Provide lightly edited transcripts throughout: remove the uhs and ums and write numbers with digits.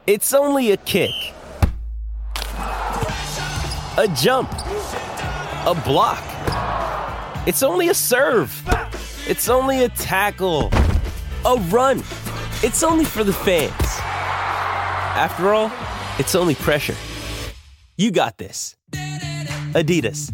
It's only a kick. A jump. A block. It's only a serve. It's only a tackle. A run. It's only for the fans. After all, it's only pressure. You got this. Adidas.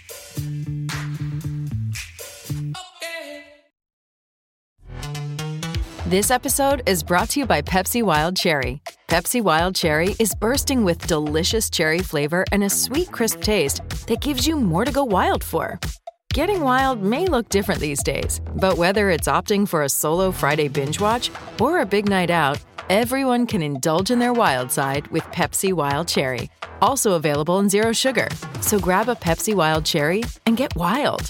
This episode is brought to you by Pepsi Wild Cherry. Pepsi Wild Cherry is bursting with delicious cherry flavor and a sweet, crisp taste that gives you more to go wild for. Getting wild may look different these days, but whether it's opting for a solo Friday binge watch or a big night out, everyone can indulge in their wild side with Pepsi Wild Cherry. Also available in Zero Sugar. So grab a Pepsi Wild Cherry and get wild.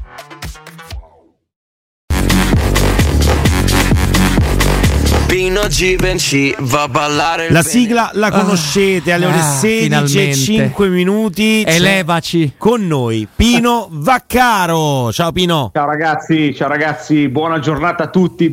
La sigla la conoscete alle ore 16:05. Elevaci con noi Pino Vaccaro. Ciao Pino. Ciao ragazzi, buona giornata a tutti,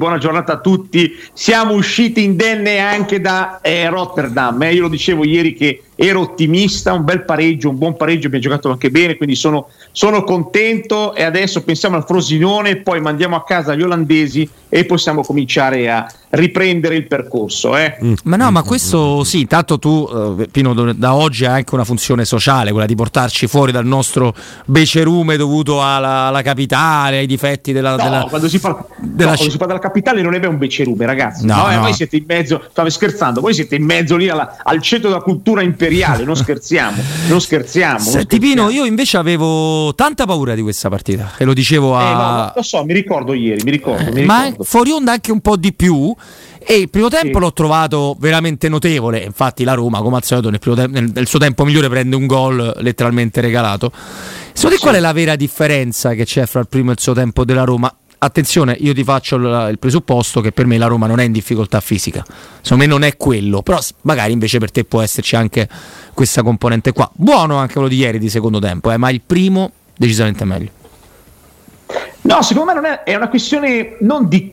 Siamo usciti indenne anche da Rotterdam. Io lo dicevo ieri che ero ottimista, un buon pareggio, abbiamo giocato anche bene, quindi sono contento, e adesso pensiamo al Frosinone, poi mandiamo a casa gli olandesi e possiamo cominciare a riprendere il percorso. Ma questo sì, tanto tu Pino, da oggi hai anche una funzione sociale, quella di portarci fuori dal nostro becerume dovuto alla capitale, ai difetti quando si parla della capitale non è un becerume, ragazzi. No. Voi siete in mezzo, stavo scherzando, voi siete in mezzo lì al centro della cultura imperiale, non scherziamo. Senti Pino, io invece avevo tanta paura di questa partita, e lo dicevo lo so, mi ricordo ieri, ma fuori onda anche un po' di più. E il primo tempo l'ho trovato veramente notevole. Infatti la Roma, come al solito, nel suo tempo migliore prende un gol letteralmente regalato. Secondo te qual è la vera differenza che c'è fra il primo e il suo tempo della Roma? Attenzione, io ti faccio il presupposto che per me la Roma non è in difficoltà fisica. Secondo me non è quello, però magari invece per te può esserci anche questa componente qua. Buono anche quello di ieri di secondo tempo, ma il primo decisamente meglio. No, secondo me è una questione non di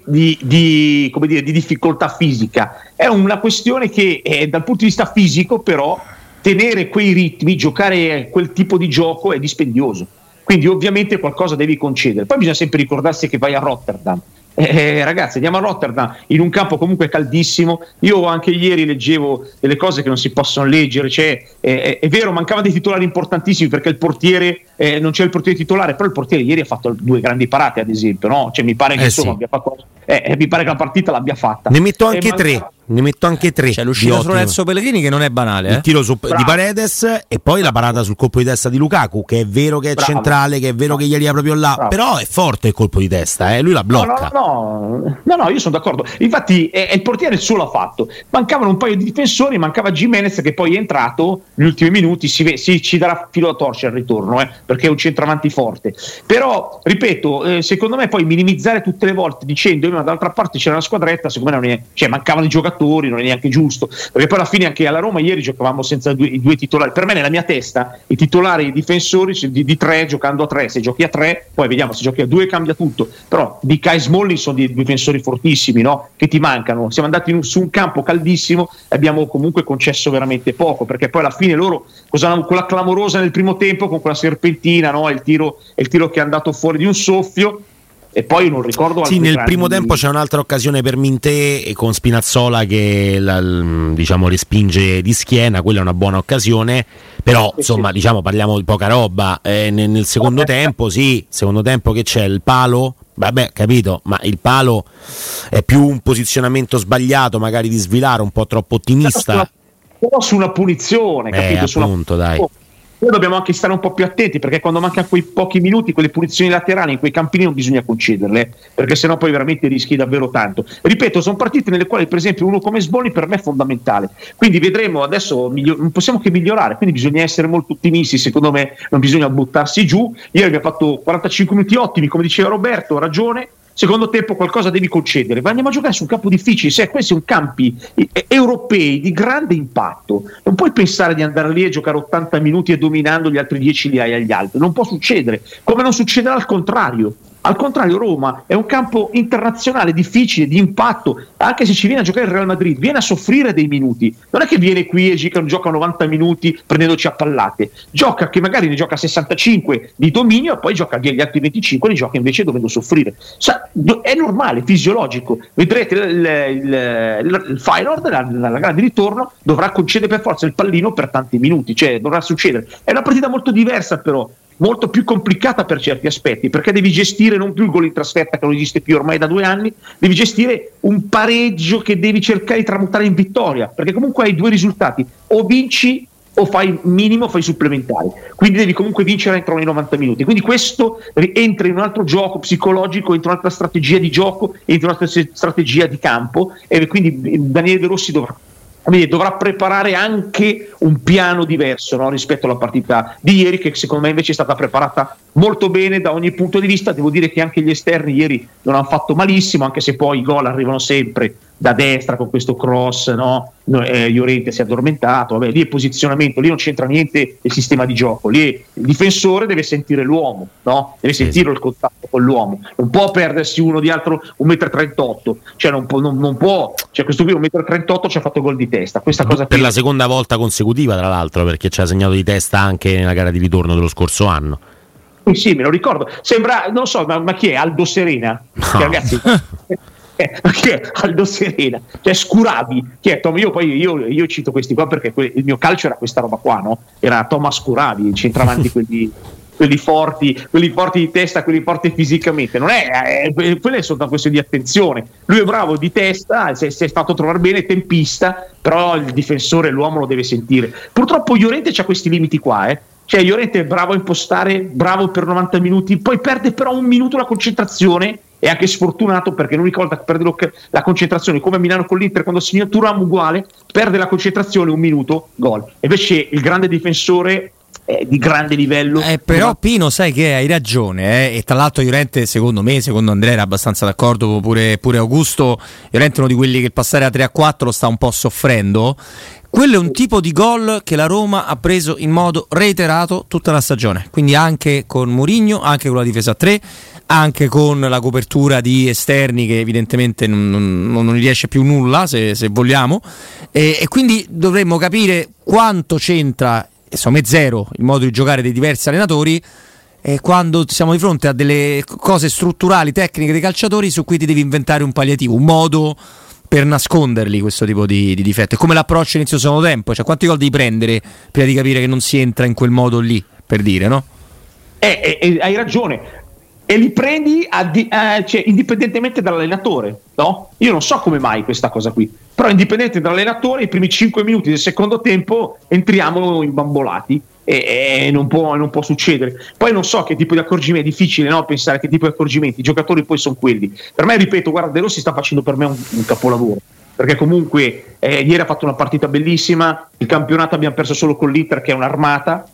difficoltà fisica, è una questione che dal punto di vista fisico, però, tenere quei ritmi, giocare quel tipo di gioco è dispendioso, quindi ovviamente qualcosa devi concedere. Poi bisogna sempre ricordarsi che vai a Rotterdam. Ragazzi, andiamo a Rotterdam in un campo comunque caldissimo. Io anche ieri leggevo delle cose che non si possono leggere, è vero, mancavano dei titolari importantissimi perché il portiere non c'è il portiere titolare, però il portiere ieri ha fatto 2 grandi parate, ad esempio, no? Mi pare che abbia fatto, mi pare che la partita l'abbia fatta. Ne metto anche 3. C'è l'uscita su Lorenzo Pellegrini che non è banale. Il tiro di Paredes e poi la parata sul colpo di testa di Lukaku, che è vero che è centrale, che è vero che gli arriva proprio là. Bravo. Però è forte il colpo di testa, lui la blocca. No, io sono d'accordo. Infatti il portiere il suo l'ha fatto. Mancavano un paio di difensori, mancava Gimenez che poi è entrato negli ultimi minuti, ci darà filo a torcere al ritorno, perché è un centravanti forte. Però, ripeto, secondo me poi minimizzare tutte le volte dicendo ma dall'altra parte c'era una squadretta, secondo me non è, mancavano i giocatori, non è neanche giusto, perché poi alla fine anche alla Roma ieri giocavamo senza i due titolari. Per me nella mia testa i titolari e i difensori di 3, giocando a 3, se giochi a 3 poi vediamo, se giochi a 2 cambia tutto, però di Kai Smalling sono dei difensori fortissimi, no? Che ti mancano. Siamo andati su un campo caldissimo e abbiamo comunque concesso veramente poco, perché poi alla fine loro quella clamorosa nel primo tempo con quella serpentina, no? Il tiro che è andato fuori di un soffio. E poi non ricordo. Sì, nel primo tempo c'è un'altra occasione per Mintè e con Spinazzola che respinge di schiena. Quella è una buona occasione, però insomma parliamo di poca roba. Nel secondo tempo che c'è il palo. Vabbè, capito, ma il palo è più un posizionamento sbagliato, magari di Svilaro, un po' troppo ottimista. Però su una punizione, capito? Appunto, dai. Noi dobbiamo anche stare un po' più attenti, perché quando mancano quei pochi minuti, quelle punizioni laterali in quei campini non bisogna concederle, perché sennò poi veramente rischi davvero tanto. Ripeto, sono partite nelle quali per esempio uno come Smalling per me è fondamentale, quindi vedremo adesso, non possiamo che migliorare, quindi bisogna essere molto ottimisti, secondo me non bisogna buttarsi giù. Ieri abbiamo fatto 45 minuti ottimi, come diceva Roberto, ha ragione. Secondo tempo qualcosa devi concedere, ma andiamo a giocare su un campo difficile, se questi sono campi europei di grande impatto, non puoi pensare di andare lì e giocare 80 minuti e dominando gli altri 10 li hai agli altri, non può succedere, come non succederà al contrario Al contrario, Roma è un campo internazionale difficile, di impatto, anche se ci viene a giocare il Real Madrid, viene a soffrire dei minuti, non è che viene qui e gioca 90 minuti prendendoci a pallate, gioca che magari ne gioca 65 di dominio e poi gioca gli altri 25 li gioca invece dovendo soffrire. È normale, fisiologico. Vedrete il Feyenoord nella gara di ritorno dovrà concedere per forza il pallino per tanti minuti, cioè dovrà succedere. È una partita molto diversa, però molto più complicata per certi aspetti, perché devi gestire non più il gol in trasferta che non esiste più ormai da 2 anni, devi gestire un pareggio che devi cercare di tramutare in vittoria, perché comunque hai 2 risultati: o vinci o fai minimo, fai supplementari, quindi devi comunque vincere entro i 90 minuti. Quindi questo entra in un altro gioco psicologico, entra un'altra strategia di gioco, entra un'altra strategia di campo, e quindi Daniele De Rossi dovrà preparare anche un piano diverso, no, rispetto alla partita di ieri, che secondo me invece è stata preparata molto bene da ogni punto di vista. Devo dire che anche gli esterni ieri non hanno fatto malissimo, anche se poi i gol arrivano sempre da destra con questo cross, no? Llorente si è addormentato, vabbè, lì è posizionamento, lì non c'entra niente il sistema di gioco, lì il difensore deve sentire l'uomo, no? Deve sentire il contatto con l'uomo, non può perdersi uno di altro 1,38 m, cioè non può, cioè questo qui 1,38 m ci ha fatto gol di testa, questa cosa per la seconda volta consecutiva tra l'altro, perché ci ha segnato di testa anche nella gara di ritorno dello scorso anno. Sì, me lo ricordo, sembra, non so, ma chi è? Aldo Serena? No. Che, ragazzi, chi è Aldo Serena? Cioè Scurabi, chi è? Io cito questi qua perché il mio calcio era questa roba qua, no? Era Thomas Scurabi, centravanti quelli forti di testa, quelli forti fisicamente. Non è quella è solo una questione di attenzione. Lui è bravo di testa, si è fatto trovare bene, tempista, però il difensore, l'uomo lo deve sentire. Purtroppo Llorente c'ha questi limiti qua, Cioè Llorente è bravo a impostare, bravo per 90 minuti, poi perde però un minuto la concentrazione, è anche sfortunato perché l'unica volta che perde la concentrazione, come a Milano con l'Inter quando si segna Thuram uguale, perde la concentrazione, un minuto, gol. Invece il grande difensore di grande livello. Però Pino, sai che hai ragione, e tra l'altro Llorente secondo Andrea era abbastanza d'accordo, pure Augusto. Llorente è uno di quelli che il passare a 3-4 lo sta un po' soffrendo. Quello è un tipo di gol che la Roma ha preso in modo reiterato tutta la stagione, quindi anche con Mourinho, anche con la difesa a 3, anche con la copertura di esterni che evidentemente non riesce più nulla, se vogliamo, e quindi dovremmo capire quanto c'entra, insomma è zero, il modo di giocare dei diversi allenatori, quando siamo di fronte a delle cose strutturali, tecniche dei calciatori su cui ti devi inventare un palliativo, un modo per nasconderli questo tipo di difetto. È come l'approccio inizio secondo tempo, cioè quanti gol devi prendere prima di capire che non si entra in quel modo lì, per dire, no? Hai ragione, e li prendi cioè, indipendentemente dall'allenatore, no? Io non so come mai questa cosa qui, però indipendente dall'allenatore i primi 5 minuti del secondo tempo entriamo imbambolati e non può succedere. Poi non so che tipo di accorgimenti, è difficile, no, pensare che tipo di accorgimenti, i giocatori poi sono quelli. Per me, ripeto, guarda, De Rossi sta facendo per me un capolavoro, perché comunque ieri ha fatto una partita bellissima, il campionato abbiamo perso solo con l'Inter che è un'armata,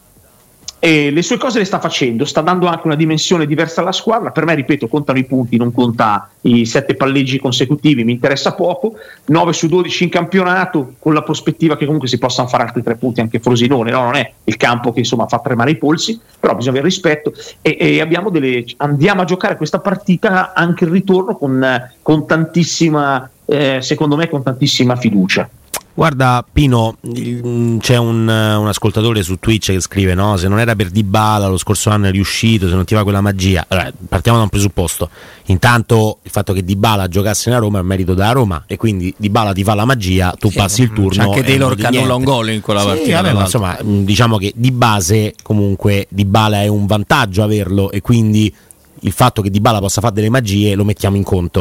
e le sue cose le sta facendo, sta dando anche una dimensione diversa alla squadra. Per me, ripeto, contano i punti, non conta i 7 palleggi consecutivi, mi interessa poco. 9 su 12 in campionato, con la prospettiva che comunque si possano fare altri 3 punti anche Frosinone, no? Non è il campo che insomma fa tremare i polsi, però bisogna avere rispetto, e andiamo a giocare questa partita anche il ritorno con tantissima, secondo me, con tantissima fiducia. Guarda Pino, c'è un ascoltatore su Twitch che scrive, no, se non era per Dybala lo scorso anno è riuscito, se non ti va quella magia. Allora, partiamo da un presupposto: intanto il fatto che Dybala giocasse nella Roma è un merito della Roma, e quindi Dybala ti fa la magia, tu passi il turno. C'è anche Taylor che annulla un gol in quella partita. Vabbè, ma insomma, diciamo che di base comunque Dybala è un vantaggio averlo, e quindi il fatto che Dybala possa fare delle magie lo mettiamo in conto.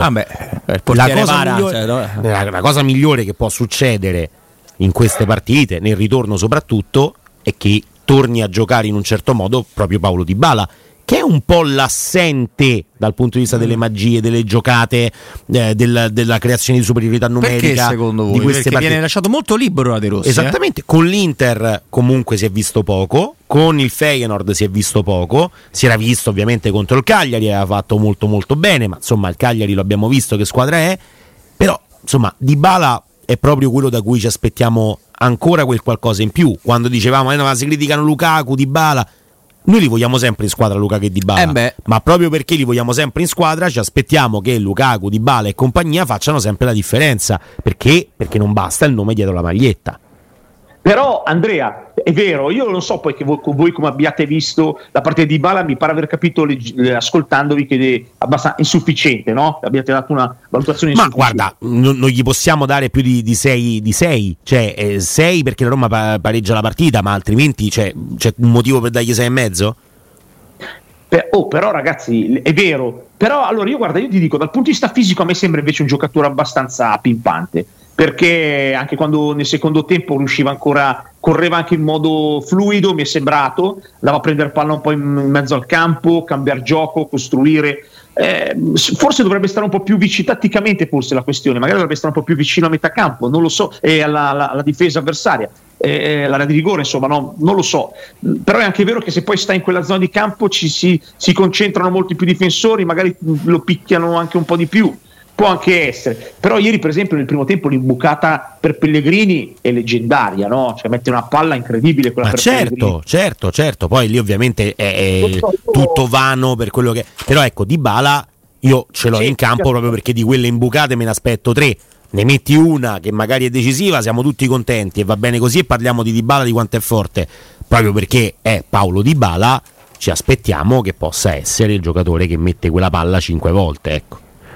La cosa migliore che può succedere in queste partite, nel ritorno soprattutto, è che torni a giocare in un certo modo proprio Paulo Dybala, che è un po' l'assente dal punto di vista delle magie, delle giocate, della creazione di superiorità numerica. Perché secondo voi? Perché viene lasciato molto libero a De Rossi. Esattamente, con l'Inter comunque si è visto poco, con il Feyenoord si è visto poco, si era visto ovviamente contro il Cagliari, aveva fatto molto molto bene, ma insomma il Cagliari lo abbiamo visto che squadra è, però insomma Dybala è proprio quello da cui ci aspettiamo ancora quel qualcosa in più. Quando dicevamo ma si criticano Lukaku, Dybala, noi li vogliamo sempre in squadra Lukaku e Dybala, ma proprio perché li vogliamo sempre in squadra ci aspettiamo che Lukaku, Dybala e compagnia facciano sempre la differenza, perché non basta il nome dietro la maglietta. Però Andrea, è vero, io non so poi che voi come abbiate visto la partita di Dybala, mi pare aver capito ascoltandovi che è abbastanza insufficiente, no? Abbiate dato una valutazione insufficiente. Ma guarda, non gli possiamo dare più di 6, cioè 6 perché la Roma pareggia la partita, ma altrimenti c'è un motivo per dargli 6,5? Però ragazzi, è vero, però allora io ti dico, dal punto di vista fisico a me sembra invece un giocatore abbastanza pimpante, perché anche quando nel secondo tempo correva anche in modo fluido, mi è sembrato, andava a prendere palla un po' in mezzo al campo, cambiare gioco, costruire, forse dovrebbe stare un po' più vicino tatticamente, forse la questione, magari dovrebbe stare un po' più vicino a metà campo, non lo so, alla difesa avversaria, l'area di rigore, insomma, no, non lo so, però è anche vero che se poi sta in quella zona di campo si concentrano molti più difensori, magari lo picchiano anche un po' di più. Può anche essere, però ieri per esempio nel primo tempo l'imbucata per Pellegrini è leggendaria, no? Cioè mette una palla incredibile quella. Ma per certo, poi lì ovviamente è tutto vano per quello che, però ecco Dybala io ce l'ho in campo proprio perché di quelle imbucate me ne aspetto 3, ne metti una che magari è decisiva, siamo tutti contenti e va bene così, e parliamo di Dybala, di quanto è forte, proprio perché è Paolo Dybala, ci aspettiamo che possa essere il giocatore che mette quella palla 5 volte, ecco.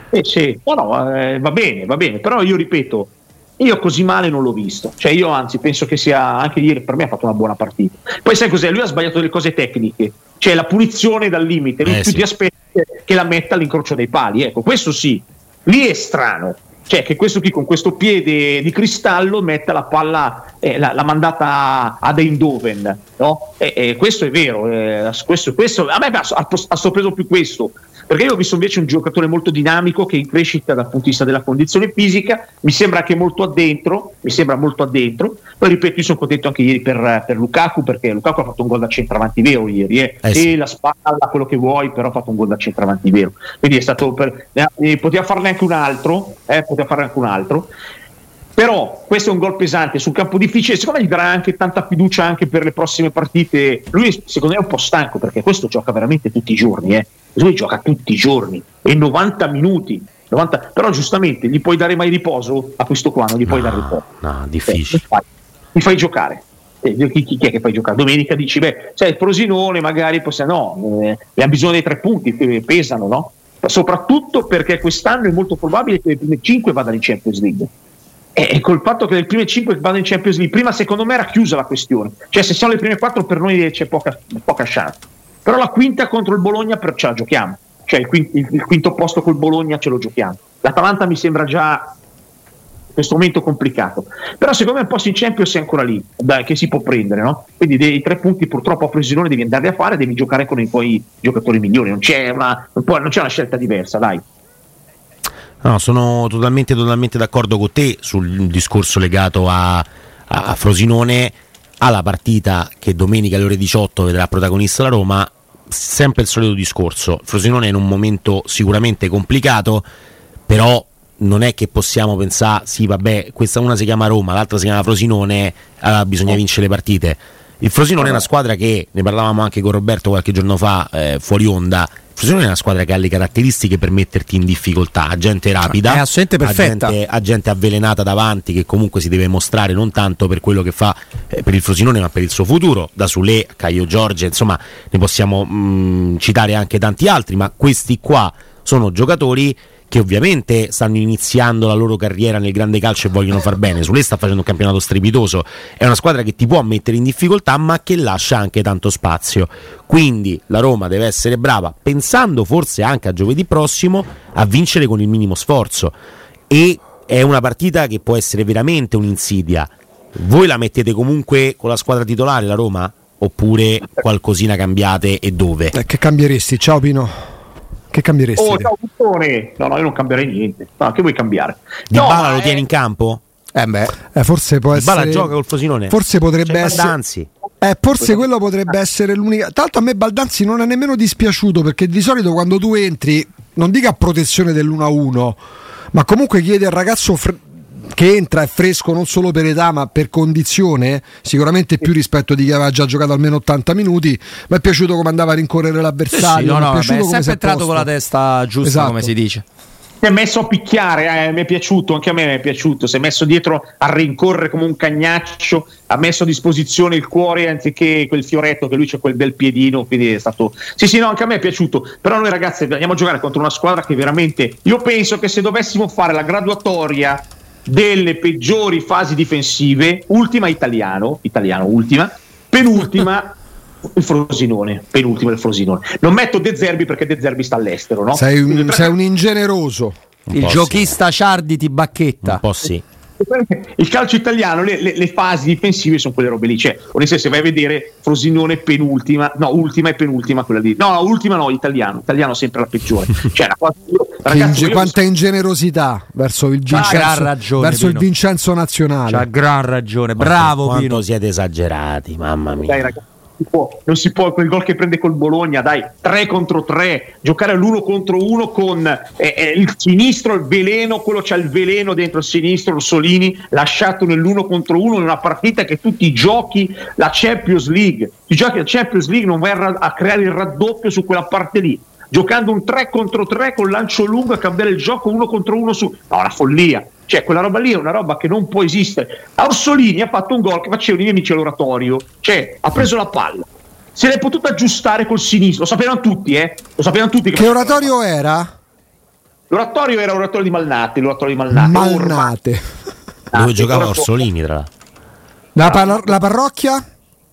Va bene, però io ripeto, io così male non l'ho visto, cioè io anzi penso che sia, anche ieri per me ha fatto una buona partita, poi sai cos'è, lui ha sbagliato delle cose tecniche, cioè la punizione dal limite, tu ti aspetti che la metta all'incrocio dei pali, ecco, questo sì, lì è strano, cioè che questo qui con questo piede di cristallo metta la palla, l'ha mandata ad Eindhoven, no? Questo è vero, questo a me ha sorpreso più questo, perché io ho visto invece un giocatore molto dinamico che è in crescita dal punto di vista della condizione fisica, mi sembra anche molto addentro, poi ripeto, io sono contento anche ieri per Lukaku, perché Lukaku ha fatto un gol da centravanti vero ieri, sì. E la spalla, quello che vuoi, però ha fatto un gol da centravanti vero, quindi è stato poteva farne anche un altro, però questo è un gol pesante sul campo difficile, secondo me gli darà anche tanta fiducia anche per le prossime partite. Lui secondo me è un po' stanco, perché questo gioca veramente tutti i giorni, lui gioca tutti i giorni e 90 minuti, però giustamente gli puoi dare mai riposo a questo qua? Non gli puoi dare riposo, no, difficile, mi fai giocare, chi è che fai giocare? Domenica dici il Frosinone magari ha bisogno dei 3 punti, pesano, no? Soprattutto perché quest'anno è molto probabile che le prime 5 vadano in Champions League. E col fatto che le prime 5 vanno in Champions League, prima secondo me era chiusa la questione, cioè se siamo le prime 4 per noi c'è poca chance, però la quinta contro il Bologna ce la giochiamo, cioè il quinto posto col Bologna ce lo giochiamo. L'Atalanta mi sembra già in questo momento complicato, però secondo me un posto in Champions è ancora lì, che si può prendere, no? Quindi dei 3 punti purtroppo a Frosinone devi andarli a fare, devi giocare con i tuoi giocatori migliori, non c'è una scelta diversa, dai. No, sono totalmente d'accordo con te sul discorso legato a Frosinone, alla partita che domenica alle ore 18 vedrà protagonista la Roma. Sempre il solito discorso, Frosinone è in un momento sicuramente complicato, però non è che possiamo pensare sì vabbè, questa una si chiama Roma, l'altra si chiama Frosinone, allora bisogna vincere le partite. Il Frosinone è una squadra che, ne parlavamo anche con Roberto qualche giorno fa fuori onda, il Frosinone è una squadra che ha le caratteristiche per metterti in difficoltà, ha gente rapida, è assolutamente perfetta, ha gente avvelenata davanti che comunque si deve mostrare non tanto per quello che fa per il Frosinone ma per il suo futuro, da Sule, Caio Giorge, insomma ne possiamo citare anche tanti altri, ma questi qua sono giocatori che ovviamente stanno iniziando la loro carriera nel grande calcio e vogliono far bene. Sule sta facendo un campionato strepitoso, è una squadra che ti può mettere in difficoltà ma che lascia anche tanto spazio, quindi la Roma deve essere brava, pensando forse anche a giovedì prossimo, a vincere con il minimo sforzo, e è una partita che può essere veramente un'insidia. Voi la mettete comunque con la squadra titolare la Roma? Oppure qualcosina cambiate, e dove? Che cambieresti? Ciao Pino. Che cambieresti? Ciao Pittone. No, io non cambierei niente. No, che vuoi cambiare? Dybala lo tieni in campo? Forse può essere. Dybala gioca col Frosinone. Forse potrebbe essere. Baldanzi. Forse quello potrebbe essere l'unica. Tanto a me Baldanzi non è nemmeno dispiaciuto, perché di solito quando tu entri, non dica a protezione dell'1-1, ma comunque chiede al ragazzo che entra è fresco non solo per età ma per condizione, sicuramente più rispetto di chi aveva già giocato almeno 80 minuti. Mi è piaciuto come andava a rincorrere l'avversario, è sempre entrato con la testa giusta, esatto, come si dice. Si è messo a picchiare, mi è piaciuto, anche a me mi è piaciuto, si è messo dietro a rincorrere come un cagnaccio, ha messo a disposizione il cuore anziché quel fioretto, che lui c'ha quel bel piedino, quindi è stato no, anche a me è piaciuto. Però noi ragazzi andiamo a giocare contro una squadra che veramente, io penso che se dovessimo fare la graduatoria delle peggiori fasi difensive, ultima italiano ultima, penultima il Frosinone, penultimo il Frosinone. Non metto De Zerbi perché De Zerbi sta all'estero, no? Sei un ingeneroso. Il giochista Ciardi ti bacchetta. Un po' sì. Il calcio italiano, le fasi difensive sono quelle robe lì. Cioè, onestamente, se vai a vedere Frosinone penultima, no, ultima e penultima, quella lì. No, ultima no, italiano sempre la peggiore. Cioè, ragazzi, quanta ingenerosità verso il Vincenzo, ragione, verso il Vincenzo nazionale. C'ha gran ragione, bravo quanto Pino. Siete esagerati, mamma mia. Dai, ragazzi, non si può quel gol che prende col Bologna, dai, 3 contro 3, giocare all'1 contro 1 con il sinistro, il veleno, quello c'ha il veleno dentro il sinistro, Orsolini lasciato nell'1 contro 1 in una partita che tu ti giochi la Champions League, non vai a creare il raddoppio su quella parte lì, giocando un 3 contro 3 con lancio lungo a cambiare il gioco 1 contro 1 su, no, una follia. Cioè, quella roba lì è una roba che non può esistere. Orsolini ha fatto un gol che facevano i miei amici all'oratorio, cioè ha preso la palla, se l'è potuta aggiustare col sinistro, lo sapevano tutti, Che oratorio era? L'oratorio era l'oratorio di Malnati, Malnate. Dove giocava Orsolini, tra l'altro. La parrocchia?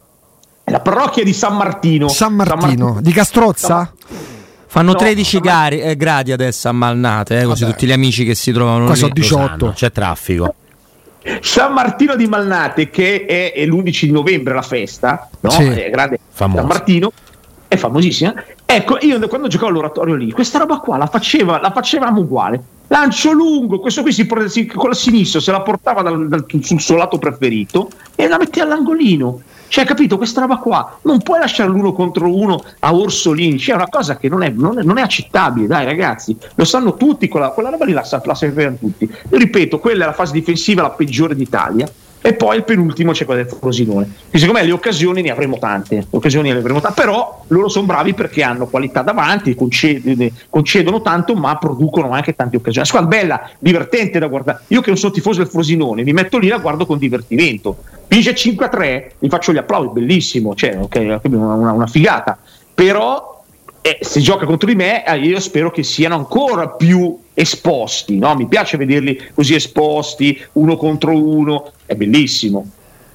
La parrocchia di San Martino. Di Castrozza? Fanno 13 gradi adesso a Malnate, così tutti gli amici che si trovano qua lì. Sono 18. C'è traffico. San Martino di Malnate, che è l'11 di novembre la festa, no? Sì. È grande. Famoso. San Martino è famosissima. Ecco, io quando giocavo all'oratorio lì, questa roba qua la facevamo uguale. Lancio lungo, questo qui con la sinistra se la portava sul suo lato preferito e la metteva all'angolino. Cioè, capito, questa roba qua non puoi lasciare l'1 contro 1 a Orsolini, c'è una cosa che non è accettabile, dai ragazzi, lo sanno tutti, quella roba lì la sapevano tutti. Io ripeto, quella è la fase difensiva la peggiore d'Italia, e poi il penultimo c'è quella del Frosinone. Quindi secondo me le occasioni ne avremo tante, però loro sono bravi perché hanno qualità davanti, concedono tanto ma producono anche tante occasioni. Squadra bella, divertente da guardare. Io che non sono tifoso del Frosinone mi metto lì, la guardo con divertimento. Vince 5-3, gli faccio gli applausi, bellissimo, cioè, okay, una figata, però se gioca contro di me io spero che siano ancora più esposti, no? Mi piace vederli così esposti, 1 contro 1, è bellissimo.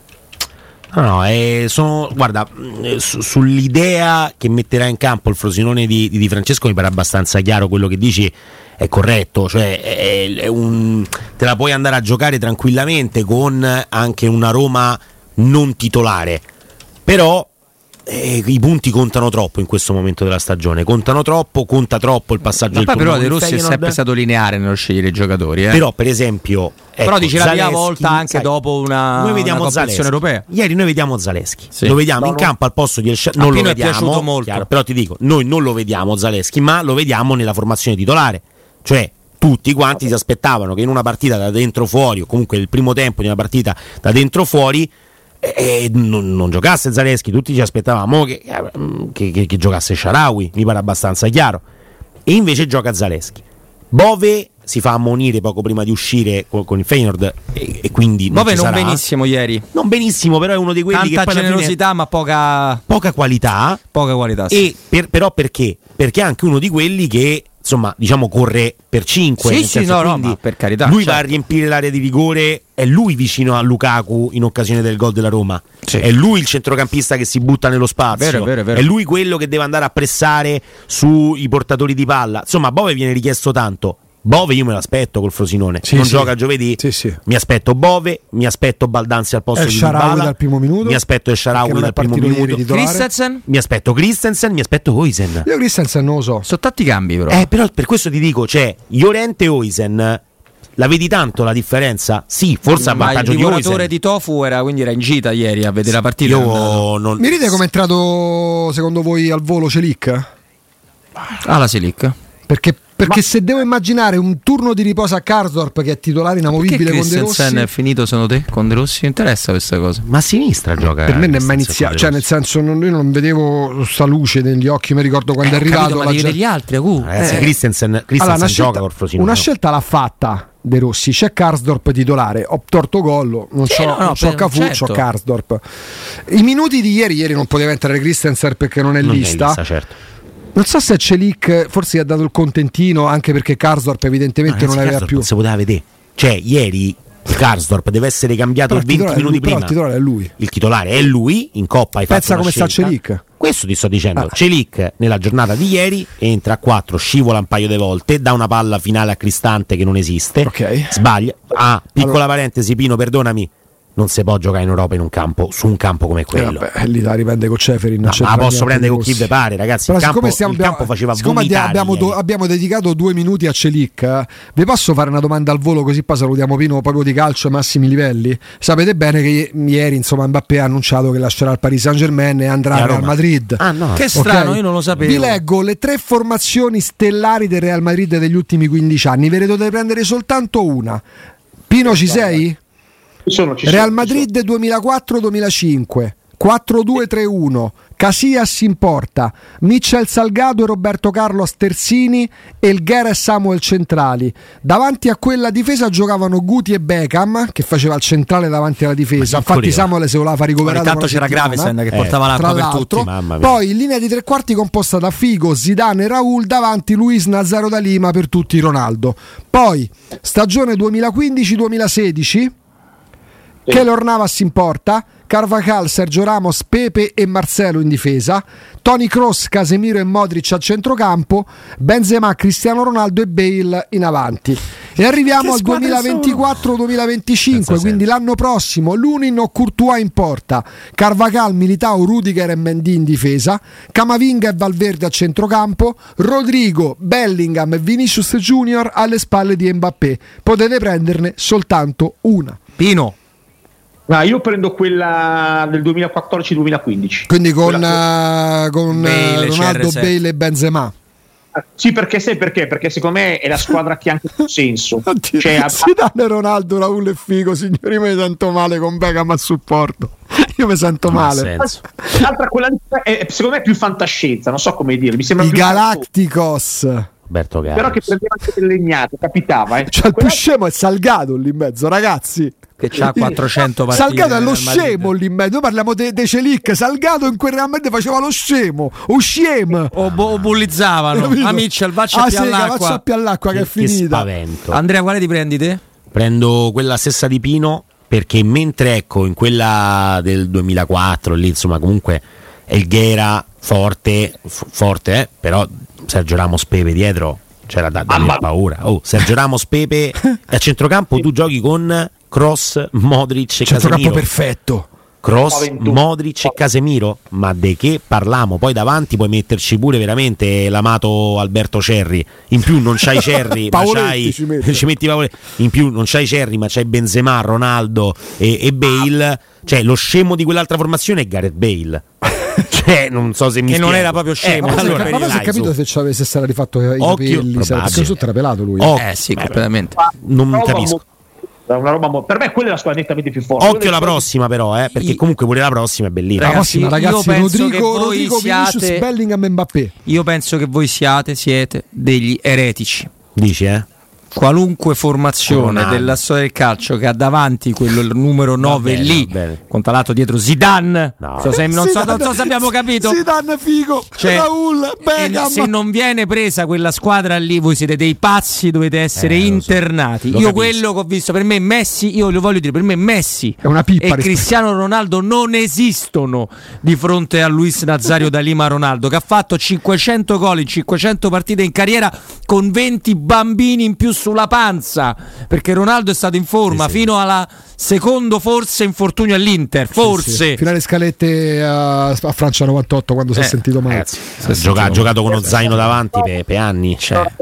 Guarda, sull'idea che metterà in campo il Frosinone di Francesco mi pare abbastanza chiaro, quello che dici è corretto, cioè te la puoi andare a giocare tranquillamente con anche una Roma non titolare, però i punti contano troppo in questo momento della stagione, conta troppo il passaggio del turno. Però De Rossi è sempre stato lineare nello scegliere i giocatori, Però per esempio però dice la prima volta anche dopo una competizione europea. Ieri noi vediamo Zaleschi, sì. Lo vediamo in campo al posto di non lo vediamo, è piaciuto molto. Chiaro, però ti dico, noi non lo vediamo Zaleschi, ma lo vediamo nella formazione titolare, cioè tutti quanti si aspettavano che in una partita da dentro fuori, o comunque il primo tempo di una partita da dentro fuori, non giocasse Zaleschi. Tutti ci aspettavamo che giocasse Shaarawy, mi pare abbastanza chiaro, e invece gioca Zaleschi. Bove si fa ammonire poco prima di uscire con il Feyenoord e quindi Bove non benissimo ieri, non benissimo, però è uno di quelli tanta che poi generosità ma poca qualità, sì. E però perché è anche uno di quelli che insomma diciamo corre per 5, ma per carità, lui va a riempire l'area di rigore, è lui vicino a Lukaku in occasione del gol della Roma, sì. È lui il centrocampista che si butta nello spazio, vero. È lui quello che deve andare a pressare sui portatori di palla, insomma Bove viene richiesto tanto. Bove io me l'aspetto col Frosinone, non gioca giovedì, mi aspetto Bove, mi aspetto Baldanzi al posto di Dybala dal primo minuto, mi aspetto Shaarawy dal primo minuto, Christensen, mi aspetto Huijsen. Io Christensen non lo so, sono tanti cambi però per questo ti dico, cioè Llorente e Huijsen, la vedi tanto la differenza? Sì, forse a vantaggio di Huijsen. Il divoratore di Tofu quindi era in gita ieri a vedere la partita. Mi dite come è entrato secondo voi al volo Celic? La Selic? Perché Perché se devo immaginare un turno di riposo a Karsdorp che è titolare inamovibile con De Rossi, Christensen è finito secondo te con De Rossi? Mi interessa questa cosa. Ma a sinistra gioca. Per me non è mai iniziato, cioè nel senso io non vedevo sta luce negli occhi, mi ricordo quando è arrivato. Capito, ma devi degli altri, ragazzi, Christensen allora, gioca col Frosinone. Una scelta l'ha fatta De Rossi, c'è Karsdorp titolare, ho torto collo, non c'ho Cafu, certo. c'ho Karsdorp. I minuti di ieri non poteva entrare Christensen perché non è lista, certo. Non so se Celic forse gli ha dato il contentino, anche perché Karsdorp evidentemente non aveva più. Non si poteva vedere. Cioè, ieri Karsdorp deve essere cambiato 20 minuti prima. Il titolare è lui. Il titolare è lui, in Coppa hai Pensa fatto una come scelta. sta Celic. Questo ti sto dicendo. Celic nella giornata di ieri entra a 4, scivola un paio di volte, dà una palla finale a Cristante che non esiste. Ok. Sbaglia. Piccola parentesi, Pino, perdonami. Non si può giocare in Europa su un campo come quello. Lì la riprende con Ceferin. Ma la posso prendere con chi ve pare, ragazzi. Il campo faceva vomitare. Abbiamo dedicato 2 minuti a Celic. Vi posso fare una domanda al volo, così poi salutiamo Pino proprio di calcio ai massimi livelli. Sapete bene che ieri insomma Mbappé ha annunciato che lascerà il Paris Saint-Germain e andrà al Real Madrid. No. Che strano, io non lo sapevo. Vi leggo le 3 formazioni stellari del Real Madrid degli ultimi 15 anni. Ve ne dovete prendere soltanto una. Pino, ci sei? Real Madrid 2004-2005 4-2-3-1, Casillas in porta, Michel Salgado e Roberto Carlos terzini e Elguera e Samuel centrali. Davanti a quella difesa giocavano Guti e Beckham, che faceva il centrale davanti alla difesa. Infatti Samuel se voleva far ricoverare. Intanto c'era Gravesen che portava l'acqua per tutti. Poi in linea di tre quarti composta da Figo, Zidane e Raul, davanti Luis Nazario da Lima, per tutti Ronaldo. Poi stagione 2015-2016, Keylor Navas in porta, Carvajal, Sergio Ramos, Pepe e Marcelo in difesa, Toni Kroos, Casemiro e Modric a centrocampo, Benzema, Cristiano Ronaldo e Bale in avanti. E arriviamo al 2024-2025, quindi l'anno prossimo. Lunin o Courtois in porta, Carvajal, Militao, Rudiger e Mendy in difesa, Camavinga e Valverde a centrocampo, Rodrigo, Bellingham e Vinicius Junior alle spalle di Mbappé. Potete prenderne soltanto una. Pino. No, io prendo quella del 2014-2015. Quindi con Bale, Ronaldo, CR7. Bale e Benzema. Sì, perché sai perché? Perché secondo me è la squadra che ha anche più senso. Cioè, Zidane, Ronaldo, Raul e Figo, signori, mi sento male con Beckham a supporto. Io mi sento male. l'altra, quella è secondo me più fantascienza, non so come dire. Mi sembra I più Galacticos. Roberto Carlos. però che prendeva anche del legnato, capitava. Cioè il più scemo è Salgado lì in mezzo, ragazzi. Che c'ha 400 partite. Salgado è lo scemo lì in mezzo. Noi parliamo de Celic. Salgado in quel Real Madrid faceva lo scemo. O sciem. O bullizzavano. A Mitchell, vaccia più all'acqua. Che è finita. Spavento. Andrea, quale ti prendi te? Prendo quella stessa di Pino, perché mentre ecco in quella del 2004 lì insomma comunque Elguera forte però Sergio Ramos, Pepe dietro c'era da paura. Sergio Ramos, Pepe a centrocampo tu giochi con Kroos, Modric e Casemiro. Perfetto. Kroos, Modric e Casemiro, ma di che parliamo? Poi davanti puoi metterci pure veramente l'amato Alberto Cerri. In più non c'hai Cerri, ma c'hai ci metti Pavoletti. In più non c'hai Cerri, ma c'hai Benzema, Ronaldo e Bale. Cioè lo scemo di quell'altra formazione è Gareth Bale. Cioè non so se mi che non spiego. era proprio scemo. Ma allora, si è capito se ci avesse stato rifatto i capelli, perché sotto era pelato lui. Sì, completamente. Non capisco. Una roba per me quella è la squadra nettamente più forte. Occhio alla prossima però, perché comunque pure la prossima è bellissima. Ragazzi, Rodrigo, siate... Vinicius, Bellingham e Mbappé. Io penso che voi siete degli eretici. Dici, Qualunque formazione della storia del calcio che ha davanti quello il numero 9 lì, con tra l'altro dietro Zidane, non so se abbiamo capito. Zidane, Figo, Raul, Beckham. Se non viene presa quella squadra lì, voi siete dei pazzi, dovete essere internati. Io quello che ho visto, per me Messi, io lo voglio dire, per me Messi è una pippa e Cristiano Ronaldo non esistono di fronte a Luis Nazario da Lima Ronaldo, che ha fatto 500 gol in 500 partite in carriera con 20 bambini in più sulla panza, perché Ronaldo è stato in forma fino alla secondo forse infortunio all'Inter, forse finale scalette a Francia 98 quando si è sentito male. Ha giocato con uno zaino davanti per anni,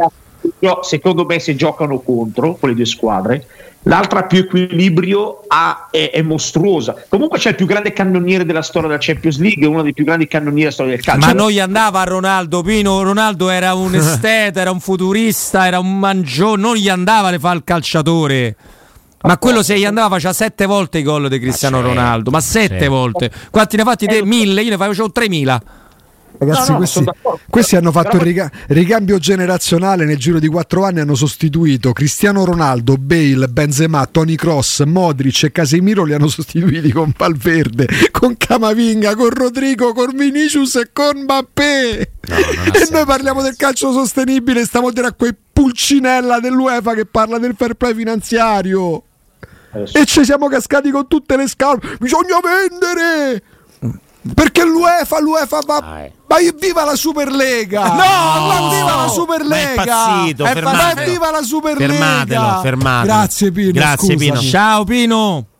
secondo me se giocano contro quelle due squadre, l'altra più equilibrio è mostruosa. Comunque c'è il più grande cannoniere della storia della Champions League, uno dei più grandi cannonieri della storia del calcio. Ma non gli andava a Ronaldo, Pino. Ronaldo era un esteta, era un futurista, era un mangione, non gli andava a fare il calciatore. Ma quello se gli andava faceva 7 volte i gol di Cristiano Ronaldo, ma 7 volte. Quanti ne hai fatti te? 1000, io ne facevo 3000. Ragazzi, questi hanno fatto il ricambio generazionale nel giro di 4 anni, hanno sostituito Cristiano Ronaldo, Bale, Benzema, Toni Kroos, Modric e Casemiro, li hanno sostituiti con Valverde, con Camavinga, con Rodrigo, con Vinicius e con Mbappé. E noi parliamo del calcio sostenibile, stiamo a dire a quei pulcinella dell'UEFA che parla del fair play finanziario. E ci siamo cascati con tutte le scarpe. Bisogna vendere! Perché l'UEFA va. Ma viva la Superlega! No! Viva la Superlega! Ma è impazzito, viva la Superlega! Fermatelo. Grazie Pino. Grazie Pino. Ciao Pino.